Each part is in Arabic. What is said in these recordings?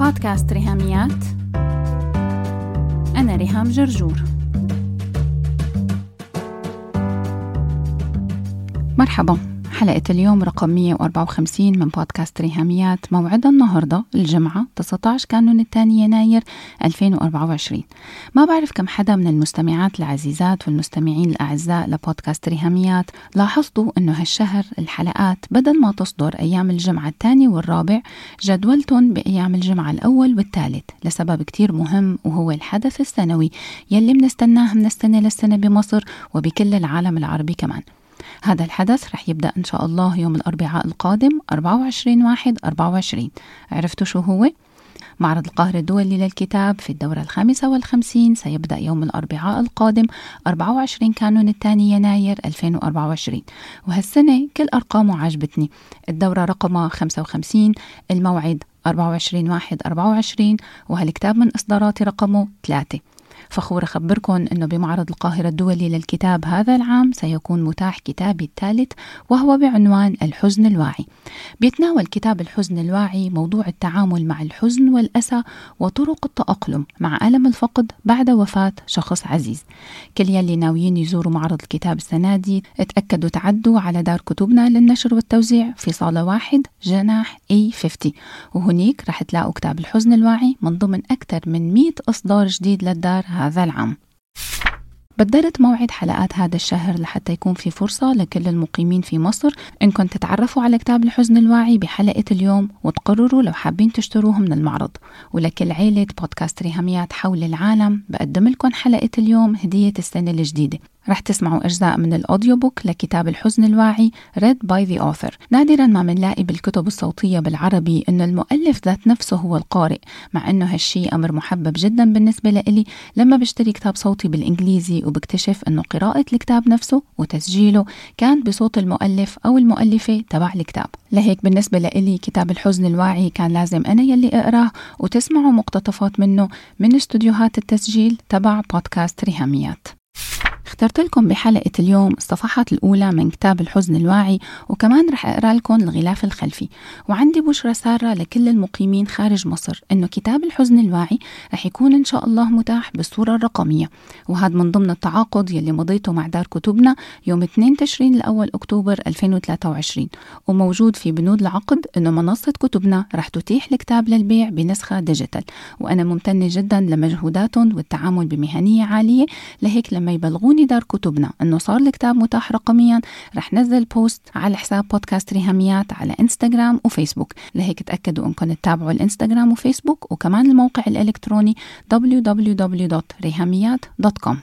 بودكاست ريهاميات. أنا ريهام جرجور. مرحبا، حلقة اليوم رقم 154 من بودكاست ريهاميات. موعد النهاردة الجمعة 19 كانون الثاني يناير 2024. ما بعرف كم حدا من المستمعات العزيزات والمستمعين الأعزاء لبودكاست ريهاميات لاحظتوا أنه هالشهر الحلقات بدل ما تصدر أيام الجمعة الثاني والرابع جدولتهم بأيام الجمعة الأول والثالث لسبب كتير مهم، وهو الحدث السنوي يلي منستناه من السنة للسنة بمصر وبكل العالم العربي كمان. هذا الحدث رح يبدأ إن شاء الله يوم الأربعاء القادم 24/1/24. عرفتوا شو هو؟ معرض القاهرة الدولي للكتاب في الدورة 55 سيبدأ يوم الأربعاء القادم 24 كانون الثاني يناير 2024. وهالسنة كل أرقامه عجبتني. الدورة رقمها 55، الموعد 24/1/24، وهالكتاب من إصدارات رقمه 3. فخور أخبركم أنه بمعرض القاهرة الدولي للكتاب هذا العام سيكون متاح كتابي الثالث، وهو بعنوان الحزن الواعي. بيتناول كتاب الحزن الواعي موضوع التعامل مع الحزن والأسى وطرق التأقلم مع ألم الفقد بعد وفاة شخص عزيز. كل يلي ناويين يزوروا معرض الكتاب السنة دي اتأكدوا تعدوا على دار كتبنا للنشر والتوزيع في صالة 1 جناح A50، وهنيك رح تلاقوا كتاب الحزن الواعي من ضمن أكثر من 100 إصدار جديد للدار هذا العام. بدلت موعد حلقات هذا الشهر لحتى يكون في فرصة لكل المقيمين في مصر إنكم تتعرفوا على كتاب الحزن الواعي بحلقة اليوم وتقرروا لو حابين تشتروه من المعرض. ولكل عيلة بودكاست ريهاميات حول العالم بقدم لكم حلقة اليوم هدية السنة الجديدة. رح تسمعوا أجزاء من الأوديو بوك لكتاب الحزن الواعي read by the author. نادرا ما منلاقي بالكتب الصوتية بالعربي إنه المؤلف ذات نفسه هو القارئ، مع إنه هالشي أمر محبب جدا بالنسبة لإلي لما بشتري كتاب صوتي بالإنجليزي وبكتشف إنه قراءة الكتاب نفسه وتسجيله كان بصوت المؤلف أو المؤلفة تبع الكتاب. لهيك بالنسبة لإلي كتاب الحزن الواعي كان لازم أنا يلي أقراه وتسمعوا مقتطفات منه من استوديوهات التسجيل تبع بودكاست ريهاميات. اخترت لكم بحلقة اليوم الصفحات الأولى من كتاب الحزن الواعي، وكمان رح أقرأ لكم الغلاف الخلفي. وعندي بشرى سارة لكل المقيمين خارج مصر إنه كتاب الحزن الواعي رح يكون إن شاء الله متاح بالصورة الرقمية، وهذا من ضمن التعاقد يلي مضيته مع دار كتبنا يوم 2 تشرين الأول أكتوبر 2023. وموجود في بنود العقد إنه منصة كتبنا رح تتيح الكتاب للبيع بنسخة ديجيتال، وأنا ممتنة جدا لمجهوداتهم والتعامل بمهنية عالية. لهيك لما يبلغوني دار كتبنا انه صار الكتاب متاح رقميا رح نزل بوست على حساب بودكاست ريهاميات على انستغرام وفيسبوك. لهيك تأكدوا انكم تتابعوا الانستغرام وفيسبوك وكمان الموقع الالكتروني www.rehamiat.com.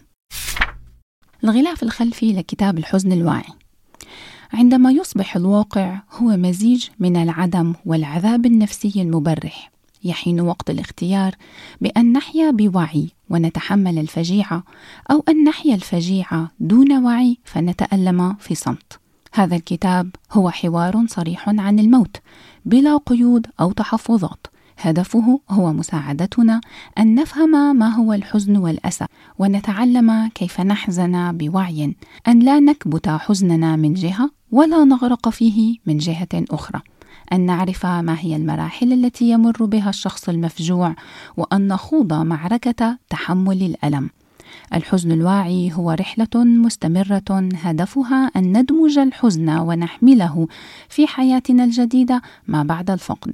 الغلاف الخلفي لكتاب الحزن الواعي. عندما يصبح الواقع هو مزيج من العدم والعذاب النفسي المبرح، يحين وقت الاختيار بأن نحيا بوعي ونتحمل الفجيعة، أو أن نحيا الفجيعة دون وعي فنتألم في صمت. هذا الكتاب هو حوار صريح عن الموت بلا قيود أو تحفظات. هدفه هو مساعدتنا أن نفهم ما هو الحزن والأسى، ونتعلم كيف نحزن بوعي، أن لا نكبت حزننا من جهة ولا نغرق فيه من جهة أخرى، أن نعرف ما هي المراحل التي يمر بها الشخص المفجوع، وأن نخوض معركة تحمل الألم. الحزن الواعي هو رحلة مستمرة هدفها أن ندمج الحزن ونحمله في حياتنا الجديدة ما بعد الفقد.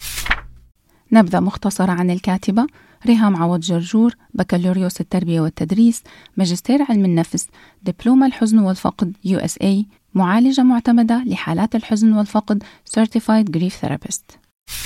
نبذة مختصرة عن الكاتبة. ريهام عوض جرجور، بكالوريوس التربية والتدريس، ماجستير علم النفس، دبلوم الحزن والفقد USA، معالجة معتمدة لحالات الحزن والفقد Certified Grief Therapist.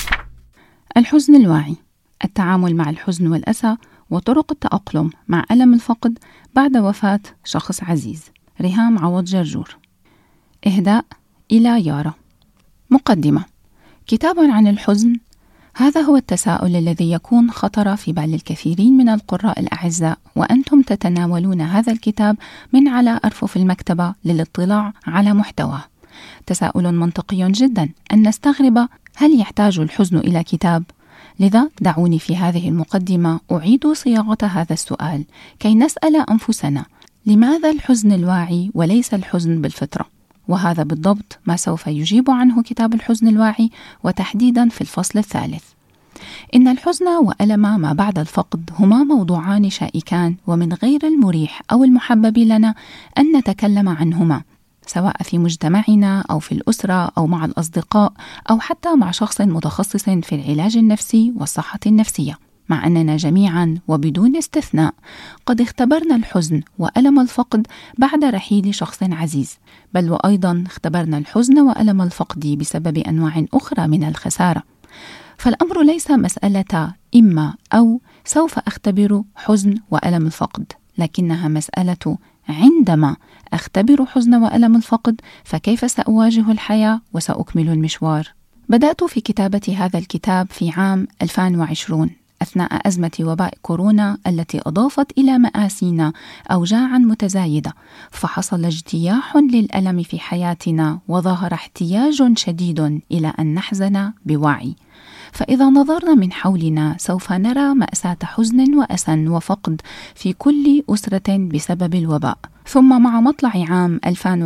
الحزن الواعي: التعامل مع الحزن والأسى وطرق التأقلم مع ألم الفقد بعد وفاة شخص عزيز. ريهام عوض جرجور. إهداء إلى يارا. مقدمة. كتاب عن الحزن، هذا هو التساؤل الذي يكون خطر في بال الكثيرين من القراء الأعزاء، وأنتم تتناولون هذا الكتاب من على أرفف المكتبة للاطلاع على محتواه. تساؤل منطقي جدا أن نستغرب هل يحتاج الحزن إلى كتاب؟ لذا دعوني في هذه المقدمة أعيد صياغة هذا السؤال كي نسأل أنفسنا: لماذا الحزن الواعي وليس الحزن بالفطرة؟ وهذا بالضبط ما سوف يجيب عنه كتاب الحزن الواعي، وتحديدا في الفصل الثالث. إن الحزن وألم ما بعد الفقد هما موضوعان شائكان، ومن غير المريح أو المحبب لنا أن نتكلم عنهما، سواء في مجتمعنا أو في الأسرة أو مع الأصدقاء أو حتى مع شخص متخصص في العلاج النفسي والصحة النفسية. مع أننا جميعا وبدون استثناء قد اختبرنا الحزن وألم الفقد بعد رحيل شخص عزيز، بل وأيضا اختبرنا الحزن وألم الفقد بسبب أنواع أخرى من الخسارة. فالأمر ليس مسألة إما أو سوف أختبر حزن وألم الفقد، لكنها مسألة عندما أختبر حزن وألم الفقد فكيف سأواجه الحياة وسأكمل المشوار. بدأت في كتابة هذا الكتاب في عام 2020 أثناء أزمة وباء كورونا التي أضافت إلى مآسينا أوجاعا متزايدة، فحصل اجتياح للألم في حياتنا وظهر احتياج شديد إلى أن نحزن بوعي. فإذا نظرنا من حولنا سوف نرى مأساة حزن وأسى وفقد في كل أسرة بسبب الوباء. ثم مع مطلع عام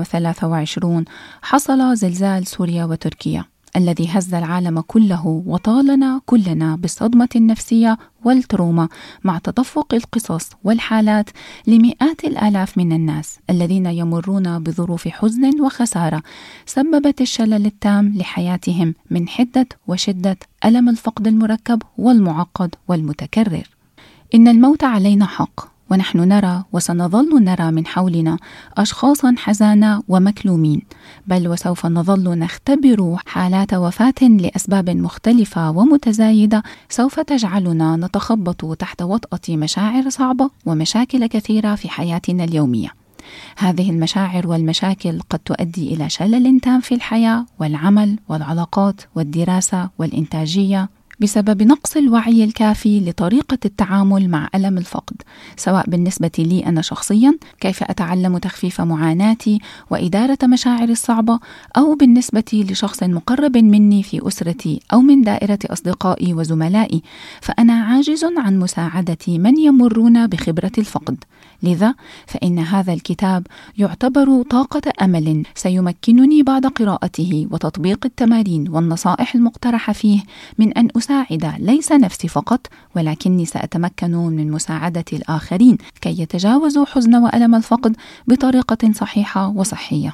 2023 حصل زلزال سوريا وتركيا الذي هز العالم كله وطالنا كلنا بالصدمة النفسية والتروما، مع تدفق القصص والحالات لمئات الآلاف من الناس الذين يمرون بظروف حزن وخسارة سببت الشلل التام لحياتهم من حدة وشدة ألم الفقد المركب والمعقد والمتكرر. إن الموت علينا حق، ونحن نرى وسنظل نرى من حولنا أشخاصا حزانة ومكلومين، بل وسوف نظل نختبر حالات وفاة لأسباب مختلفة ومتزايدة سوف تجعلنا نتخبط تحت وطأة مشاعر صعبة ومشاكل كثيرة في حياتنا اليومية. هذه المشاعر والمشاكل قد تؤدي إلى شلل تام في الحياة والعمل والعلاقات والدراسة والإنتاجية بسبب نقص الوعي الكافي لطريقة التعامل مع ألم الفقد، سواء بالنسبة لي أنا شخصيا كيف أتعلم تخفيف معاناتي وإدارة مشاعري الصعبة، أو بالنسبة لشخص مقرب مني في أسرتي أو من دائرة أصدقائي وزملائي، فأنا عاجز عن مساعدة من يمرون بخبرة الفقد. لذا فإن هذا الكتاب يعتبر طاقة أمل سيمكنني بعد قراءته وتطبيق التمارين والنصائح المقترحة فيه من أن أساعد ليس نفسي فقط، ولكني سأتمكن من مساعدة الآخرين كي يتجاوزوا حزن وألم الفقد بطريقة صحيحة وصحية.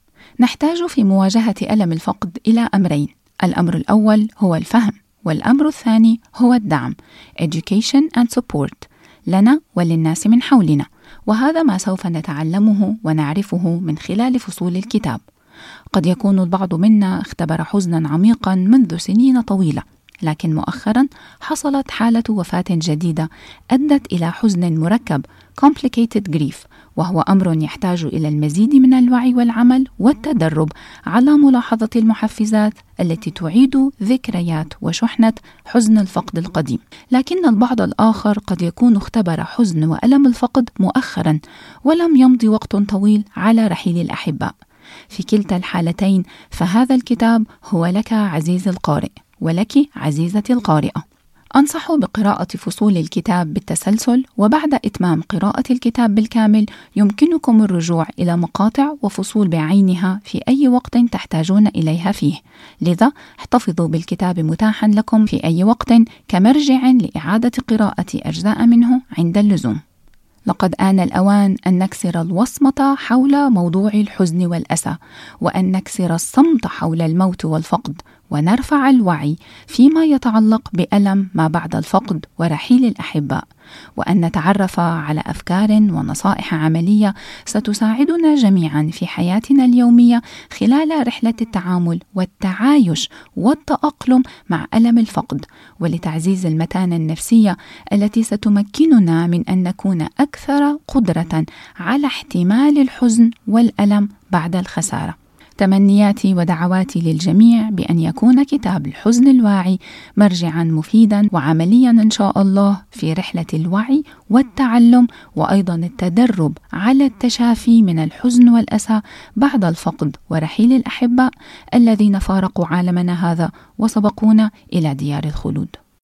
نحتاج في مواجهة ألم الفقد إلى أمرين: الأمر الأول هو الفهم، والأمر الثاني هو الدعم education and support لنا وللناس من حولنا، وهذا ما سوف نتعلمه ونعرفه من خلال فصول الكتاب. قد يكون البعض منا اختبر حزنا عميقا منذ سنين طويلة، لكن مؤخرا حصلت حالة وفاة جديدة أدت إلى حزن مركب complicated grief، وهو أمر يحتاج إلى المزيد من الوعي والعمل والتدرب على ملاحظة المحفزات التي تعيد ذكريات وشحنة حزن الفقد القديم. لكن البعض الآخر قد يكون اختبر حزن وألم الفقد مؤخرا ولم يمضي وقت طويل على رحيل الأحباء. في كلتا الحالتين فهذا الكتاب هو لك عزيزي القارئ ولك عزيزتي القارئة. أنصح بقراءة فصول الكتاب بالتسلسل، وبعد إتمام قراءة الكتاب بالكامل يمكنكم الرجوع إلى مقاطع وفصول بعينها في أي وقت تحتاجون إليها فيه. لذا احتفظوا بالكتاب متاحا لكم في أي وقت كمرجع لإعادة قراءة أجزاء منه عند اللزوم. لقد آن الأوان أن نكسر الوصمة حول موضوع الحزن والأسى، وأن نكسر الصمت حول الموت والفقد، ونرفع الوعي فيما يتعلق بألم ما بعد الفقد ورحيل الأحباء، وأن نتعرف على أفكار ونصائح عملية ستساعدنا جميعا في حياتنا اليومية خلال رحلة التعامل والتعايش والتأقلم مع ألم الفقد، ولتعزيز المتانة النفسية التي ستمكننا من أن نكون أكثر قدرة على احتمال الحزن والألم بعد الخسارة. تمنياتي ودعواتي للجميع بأن يكون كتاب الحزن الواعي مرجعا مفيدا وعمليا إن شاء الله في رحلة الوعي والتعلم، وأيضا التدرب على التشافي من الحزن والأسى بعد الفقد ورحيل الأحباء الذين فارقوا عالمنا هذا وسبقونا إلى ديار الخلود.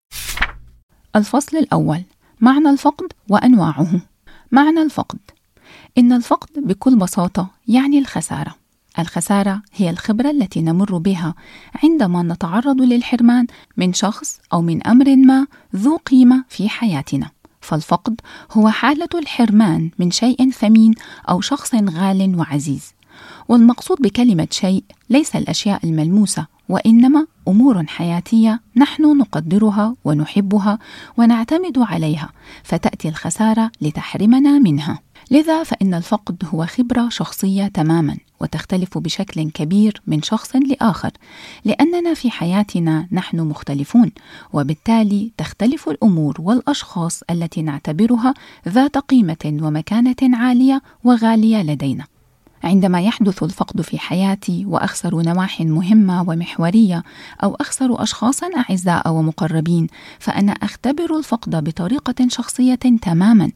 الفصل الأول: معنى الفقد وأنواعه. معنى الفقد: إن الفقد بكل بساطة يعني الخسارة. الخسارة هي الخبرة التي نمر بها عندما نتعرض للحرمان من شخص أو من أمر ما ذو قيمة في حياتنا. فالفقد هو حالة الحرمان من شيء ثمين أو شخص غال وعزيز. والمقصود بكلمة شيء ليس الأشياء الملموسة، وإنما أمور حياتية نحن نقدرها ونحبها ونعتمد عليها، فتأتي الخسارة لتحرمنا منها. لذا فإن الفقد هو خبرة شخصية تماما، وتختلف بشكل كبير من شخص لآخر، لأننا في حياتنا نحن مختلفون، وبالتالي تختلف الأمور والأشخاص التي نعتبرها ذات قيمة ومكانة عالية وغالية لدينا. عندما يحدث الفقد في حياتي وأخسر نواحي مهمة ومحورية أو أخسر أشخاصا أعزاء ومقربين، فأنا أختبر الفقد بطريقة شخصية تماما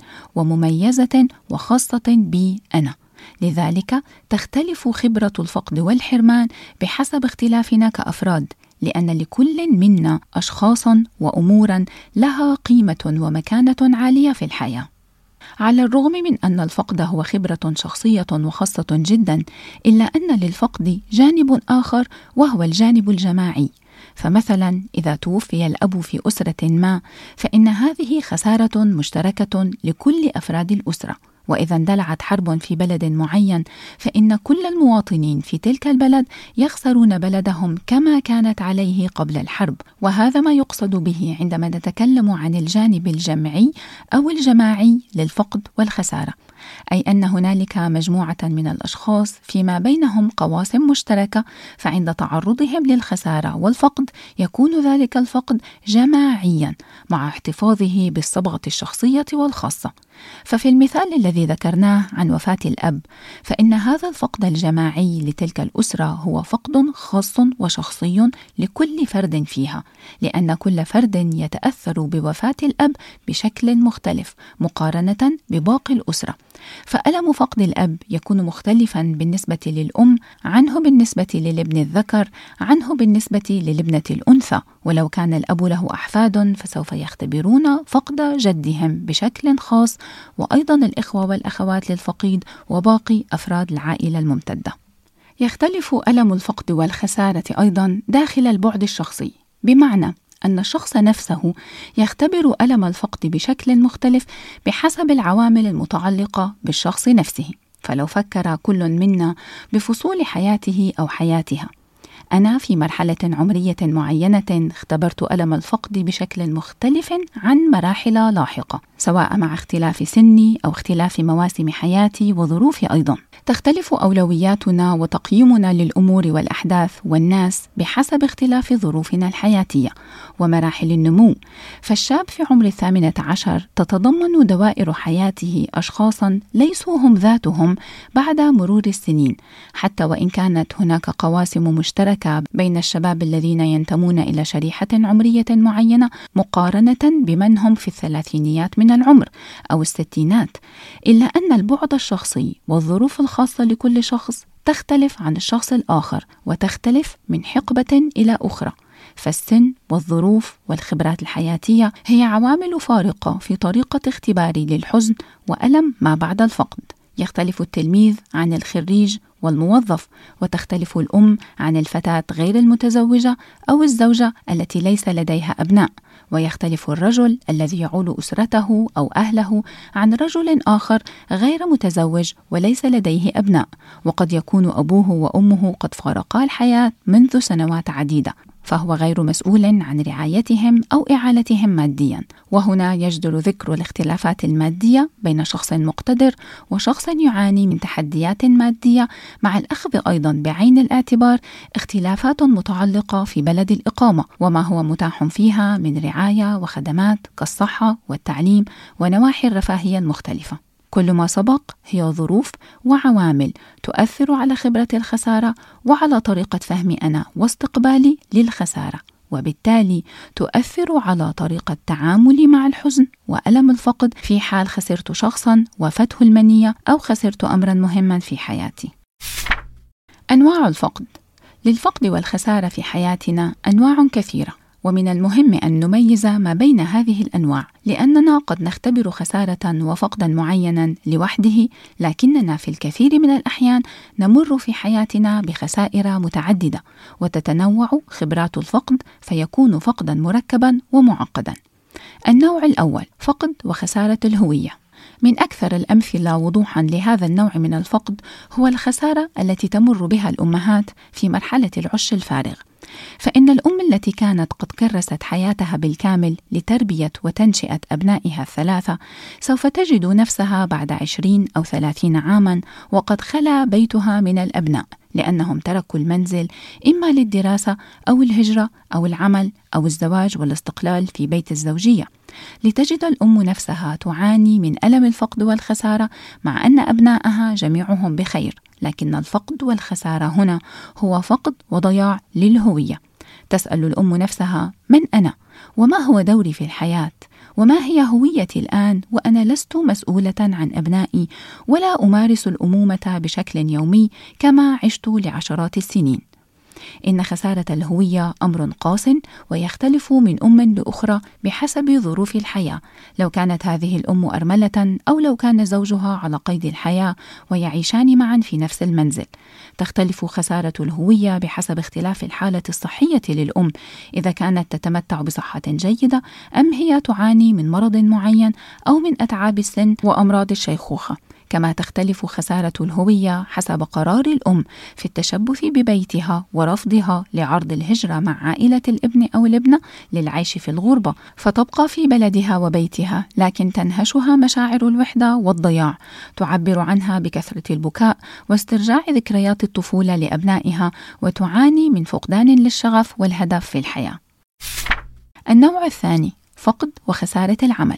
ومميزة وخاصة بي أنا. لذلك تختلف خبرة الفقد والحرمان بحسب اختلافنا كأفراد، لأن لكل منا أشخاصا وأمورا لها قيمة ومكانة عالية في الحياة. على الرغم من أن الفقد هو خبرة شخصية وخاصة جدا، إلا أن للفقد جانب آخر وهو الجانب الجماعي. فمثلا إذا توفي الأب في أسرة ما، فإن هذه خسارة مشتركة لكل أفراد الأسرة. وإذا اندلعت حرب في بلد معين، فإن كل المواطنين في تلك البلد يخسرون بلدهم كما كانت عليه قبل الحرب. وهذا ما يقصد به عندما نتكلم عن الجانب الجمعي أو الجماعي للفقد والخسارة، أي أن هنالك مجموعة من الأشخاص فيما بينهم قواسم مشتركة، فعند تعرضهم للخسارة والفقد يكون ذلك الفقد جماعيا مع احتفاظه بالصبغة الشخصية والخاصة. ففي المثال الذي ذكرناه عن وفاة الأب، فإن هذا الفقد الجماعي لتلك الأسرة هو فقد خاص وشخصي لكل فرد فيها، لأن كل فرد يتأثر بوفاة الأب بشكل مختلف مقارنة بباقي الأسرة. فألم فقد الأب يكون مختلفا بالنسبة للأم عنه بالنسبة للابن الذكر عنه بالنسبة للابنة الأنثى. ولو كان الأب له أحفاد فسوف يختبرون فقد جدهم بشكل خاص، وأيضا الإخوة والأخوات للفقيد وباقي أفراد العائلة الممتدة. يختلف ألم الفقد والخسارة أيضا داخل البعد الشخصي، بمعنى أن الشخص نفسه يختبر ألم الفقد بشكل مختلف بحسب العوامل المتعلقة بالشخص نفسه. فلو فكر كل منا بفصول حياته أو حياتها، أنا في مرحلة عمرية معينة اختبرت ألم الفقد بشكل مختلف عن مراحل لاحقة، سواء مع اختلاف سني أو اختلاف مواسم حياتي وظروفي. أيضا تختلف أولوياتنا وتقييمنا للأمور والأحداث والناس بحسب اختلاف ظروفنا الحياتية ومراحل النمو. فالشاب في عمر 18 تتضمن دوائر حياته أشخاصا ليسوا هم ذاتهم بعد مرور السنين، حتى وإن كانت هناك قواسم مشتركة بين الشباب الذين ينتمون إلى شريحة عمرية معينة مقارنة بمن هم في الثلاثينيات من العمر أو الستينات، إلا أن البعد الشخصي والظروف الخاصة لكل شخص تختلف عن الشخص الآخر، وتختلف من حقبة إلى أخرى. فالسن والظروف والخبرات الحياتية هي عوامل فارقة في طريقة اختباري للحزن وألم ما بعد الفقد. يختلف التلميذ عن الخريج والموظف، وتختلف الأم عن الفتاة غير المتزوجة أو الزوجة التي ليس لديها أبناء، ويختلف الرجل الذي يعول أسرته أو أهله عن رجل آخر غير متزوج وليس لديه أبناء، وقد يكون أبوه وأمه قد فارقا الحياة منذ سنوات عديدة، فهو غير مسؤول عن رعايتهم أو إعالتهم ماديا. وهنا يجدر ذكر الاختلافات المادية بين شخص مقتدر وشخص يعاني من تحديات مادية، مع الأخذ أيضا بعين الاعتبار اختلافات متعلقة في بلد الإقامة وما هو متاح فيها من رعاية وخدمات كالصحة والتعليم ونواحي الرفاهية المختلفة. كل ما سبق هي ظروف وعوامل تؤثر على خبرة الخسارة وعلى طريقة فهمي أنا واستقبالي للخسارة، وبالتالي تؤثر على طريقة تعاملي مع الحزن وألم الفقد في حال خسرت شخصا وفاته المنية أو خسرت أمرا مهما في حياتي. أنواع الفقد. للفقد والخسارة في حياتنا أنواع كثيرة، ومن المهم أن نميز ما بين هذه الأنواع، لأننا قد نختبر خسارة وفقدا معينا لوحده، لكننا في الكثير من الأحيان نمر في حياتنا بخسائر متعددة، وتتنوع خبرات الفقد فيكون فقدا مركبا ومعقدا. النوع الأول: فقد وخسارة الهوية. من أكثر الأمثلة وضوحا لهذا النوع من الفقد هو الخسارة التي تمر بها الأمهات في مرحلة العش الفارغ. فإن الأم التي كانت قد كرست حياتها بالكامل لتربية وتنشئة أبنائها الثلاثة سوف تجد نفسها بعد 20 أو 30 عاما وقد خلا بيتها من الأبناء، لأنهم تركوا المنزل إما للدراسة أو الهجرة أو العمل أو الزواج والاستقلال في بيت الزوجية، لتجد الأم نفسها تعاني من ألم الفقد والخسارة مع أن أبنائها جميعهم بخير. لكن الفقد والخسارة هنا هو فقد وضياع للهوية. تسأل الأم نفسها: من أنا؟ وما هو دوري في الحياة؟ وما هي هويتي الآن وأنا لست مسؤولة عن أبنائي ولا أمارس الأمومة بشكل يومي كما عشت لعشرات السنين؟ إن خسارة الهوية أمر قاس ويختلف من أم لأخرى بحسب ظروف الحياة. لو كانت هذه الأم أرملة أو لو كان زوجها على قيد الحياة ويعيشان معا في نفس المنزل. تختلف خسارة الهوية بحسب اختلاف الحالة الصحية للأم، إذا كانت تتمتع بصحة جيدة أم هي تعاني من مرض معين أو من أتعاب السن وأمراض الشيخوخة. كما تختلف خسارة الهوية حسب قرار الأم في التشبث ببيتها ورفضها لعرض الهجرة مع عائلة الابن أو الابنة للعيش في الغربة، فتبقى في بلدها وبيتها لكن تنهشها مشاعر الوحدة والضياع، تعبر عنها بكثرة البكاء واسترجاع ذكريات الطفولة لأبنائها، وتعاني من فقدان للشغف والهدف في الحياة. النوع الثاني: فقد وخسارة العمل.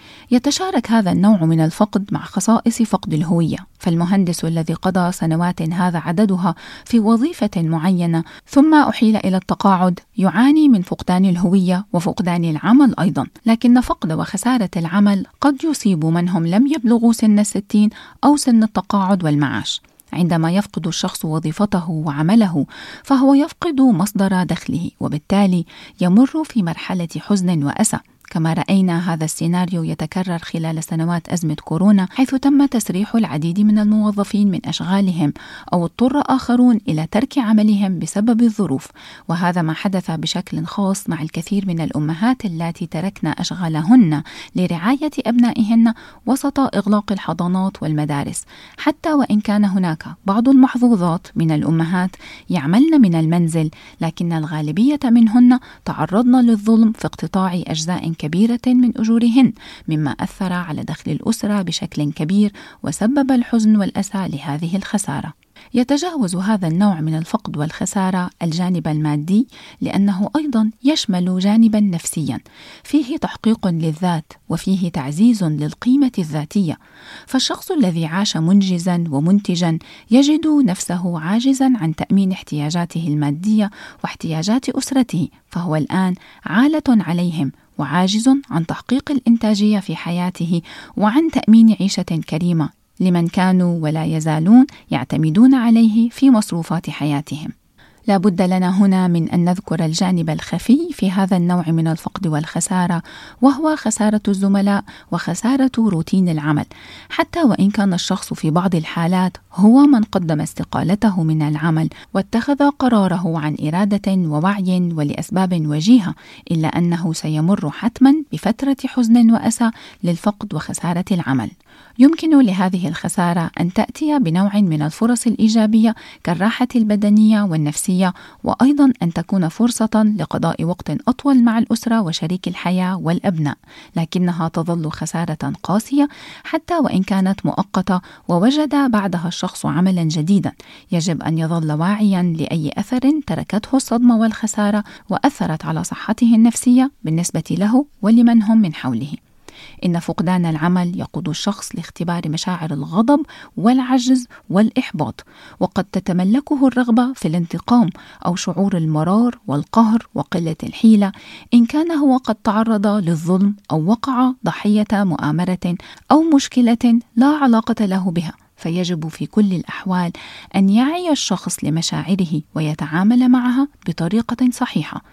يتشارك هذا النوع من الفقد مع خصائص فقد الهوية، فالمهندس الذي قضى سنوات هذا عددها في وظيفة معينة ثم أحيل إلى التقاعد يعاني من فقدان الهوية وفقدان العمل أيضا. لكن فقد وخسارة العمل قد يصيب من هم لم يبلغوا سن 60 أو سن التقاعد والمعاش. عندما يفقد الشخص وظيفته وعمله فهو يفقد مصدر دخله، وبالتالي يمر في مرحلة حزن وأسى، كما رأينا هذا السيناريو يتكرر خلال سنوات أزمة كورونا، حيث تم تسريح العديد من الموظفين من أشغالهم أو اضطر آخرون إلى ترك عملهم بسبب الظروف. وهذا ما حدث بشكل خاص مع الكثير من الأمهات اللاتي تركن أشغالهن لرعاية أبنائهن وسط إغلاق الحضانات والمدارس، حتى وإن كان هناك بعض المحظوظات من الأمهات يعملن من المنزل، لكن الغالبية منهن تعرضن للظلم في اقتطاع أجزاء كبيرة من أجورهن، مما أثر على دخل الأسرة بشكل كبير وسبب الحزن والأسى لهذه الخسارة. يتجاوز هذا النوع من الفقد والخسارة الجانب المادي، لأنه أيضا يشمل جانبا نفسيا فيه تحقيق للذات وفيه تعزيز للقيمة الذاتية. فالشخص الذي عاش منجزا ومنتجا يجد نفسه عاجزا عن تأمين احتياجاته المادية واحتياجات أسرته، فهو الآن عالة عليهم وعاجز عن تحقيق الإنتاجية في حياته وعن تأمين عيشة كريمة لمن كانوا ولا يزالون يعتمدون عليه في مصروفات حياتهم. لا بد لنا هنا من أن نذكر الجانب الخفي في هذا النوع من الفقد والخسارة، وهو خسارة الزملاء وخسارة روتين العمل. حتى وإن كان الشخص في بعض الحالات هو من قدم استقالته من العمل واتخذ قراره عن إرادة ووعي ولأسباب وجيهة، إلا أنه سيمر حتما بفترة حزن وأسى للفقد وخسارة العمل. يمكن لهذه الخسارة أن تأتي بنوع من الفرص الإيجابية كالراحة البدنية والنفسية، وأيضا أن تكون فرصة لقضاء وقت أطول مع الأسرة وشريك الحياة والأبناء، لكنها تظل خسارة قاسية حتى وإن كانت مؤقتة ووجد بعدها الشخص عملا جديدا. يجب أن يظل واعيا لأي أثر تركته الصدمة والخسارة وأثرت على صحته النفسية بالنسبة له ولمن هم من حوله. إن فقدان العمل يقود الشخص لاختبار مشاعر الغضب والعجز والإحباط، وقد تتملكه الرغبة في الانتقام أو شعور المرار والقهر وقلة الحيلة إن كان هو قد تعرض للظلم أو وقع ضحية مؤامرة أو مشكلة لا علاقة له بها. فيجب في كل الأحوال أن يعي الشخص لمشاعره ويتعامل معها بطريقة صحيحة.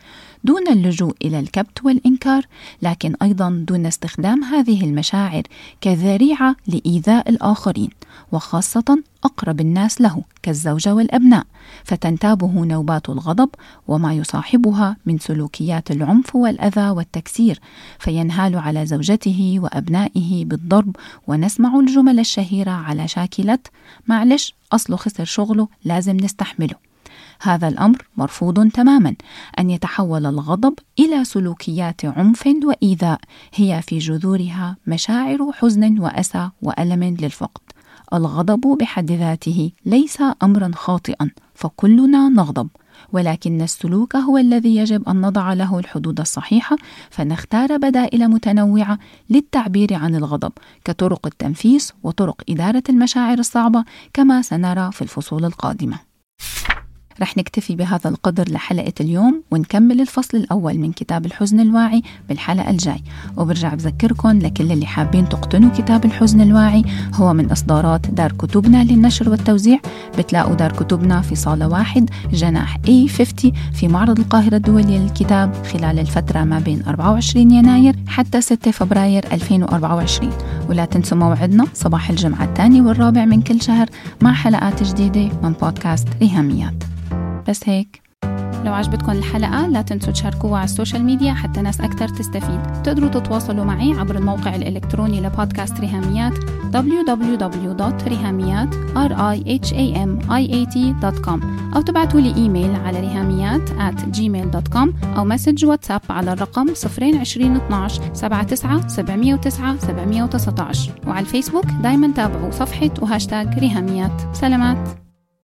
دون اللجوء إلى الكبت والإنكار، لكن أيضا دون استخدام هذه المشاعر كذريعة لإيذاء الآخرين، وخاصة أقرب الناس له كالزوجة والأبناء، فتنتابه نوبات الغضب وما يصاحبها من سلوكيات العنف والأذى والتكسير، فينهال على زوجته وأبنائه بالضرب، ونسمع الجمل الشهيرة على شاكلة معلش أصله خسر شغله لازم نستحمله. هذا الأمر مرفوض تماما، أن يتحول الغضب إلى سلوكيات عنف وإيذاء هي في جذورها مشاعر حزن وأسى وألم للفقد. الغضب بحد ذاته ليس أمرا خاطئا، فكلنا نغضب، ولكن السلوك هو الذي يجب أن نضع له الحدود الصحيحة، فنختار بدائل متنوعة للتعبير عن الغضب كطرق التنفيس وطرق إدارة المشاعر الصعبة، كما سنرى في الفصول القادمة. رح نكتفي بهذا القدر لحلقة اليوم، ونكمل الفصل الأول من كتاب الحزن الواعي بالحلقة الجاي. وبرجع بذكركم لكل اللي حابين تقتنوا كتاب الحزن الواعي، هو من إصدارات دار كتبنا للنشر والتوزيع. بتلاقوا دار كتبنا في صالة 1 جناح A50 في معرض القاهرة الدولي للكتاب خلال الفترة ما بين 24 يناير حتى 6 فبراير 2024. ولا تنسوا موعدنا صباح الجمعة 2 و4 من كل شهر مع حلقات جديدة من بودكاست ريهاميات. بس هيك، لو عجبتكم الحلقة لا تنسوا تشاركوها على السوشيال ميديا حتى ناس أكتر تستفيد. تقدروا تتواصلوا معي عبر الموقع الإلكتروني لبودكاست ريهاميات www.rihamiat.com، أو تبعتوا لي إيميل على rihamiat@gmail.com، أو مسج واتساب على الرقم 02012 79 709 719. وعلى الفيسبوك دايما تابعوا صفحة وهاشتاج ريهاميات. سلامات.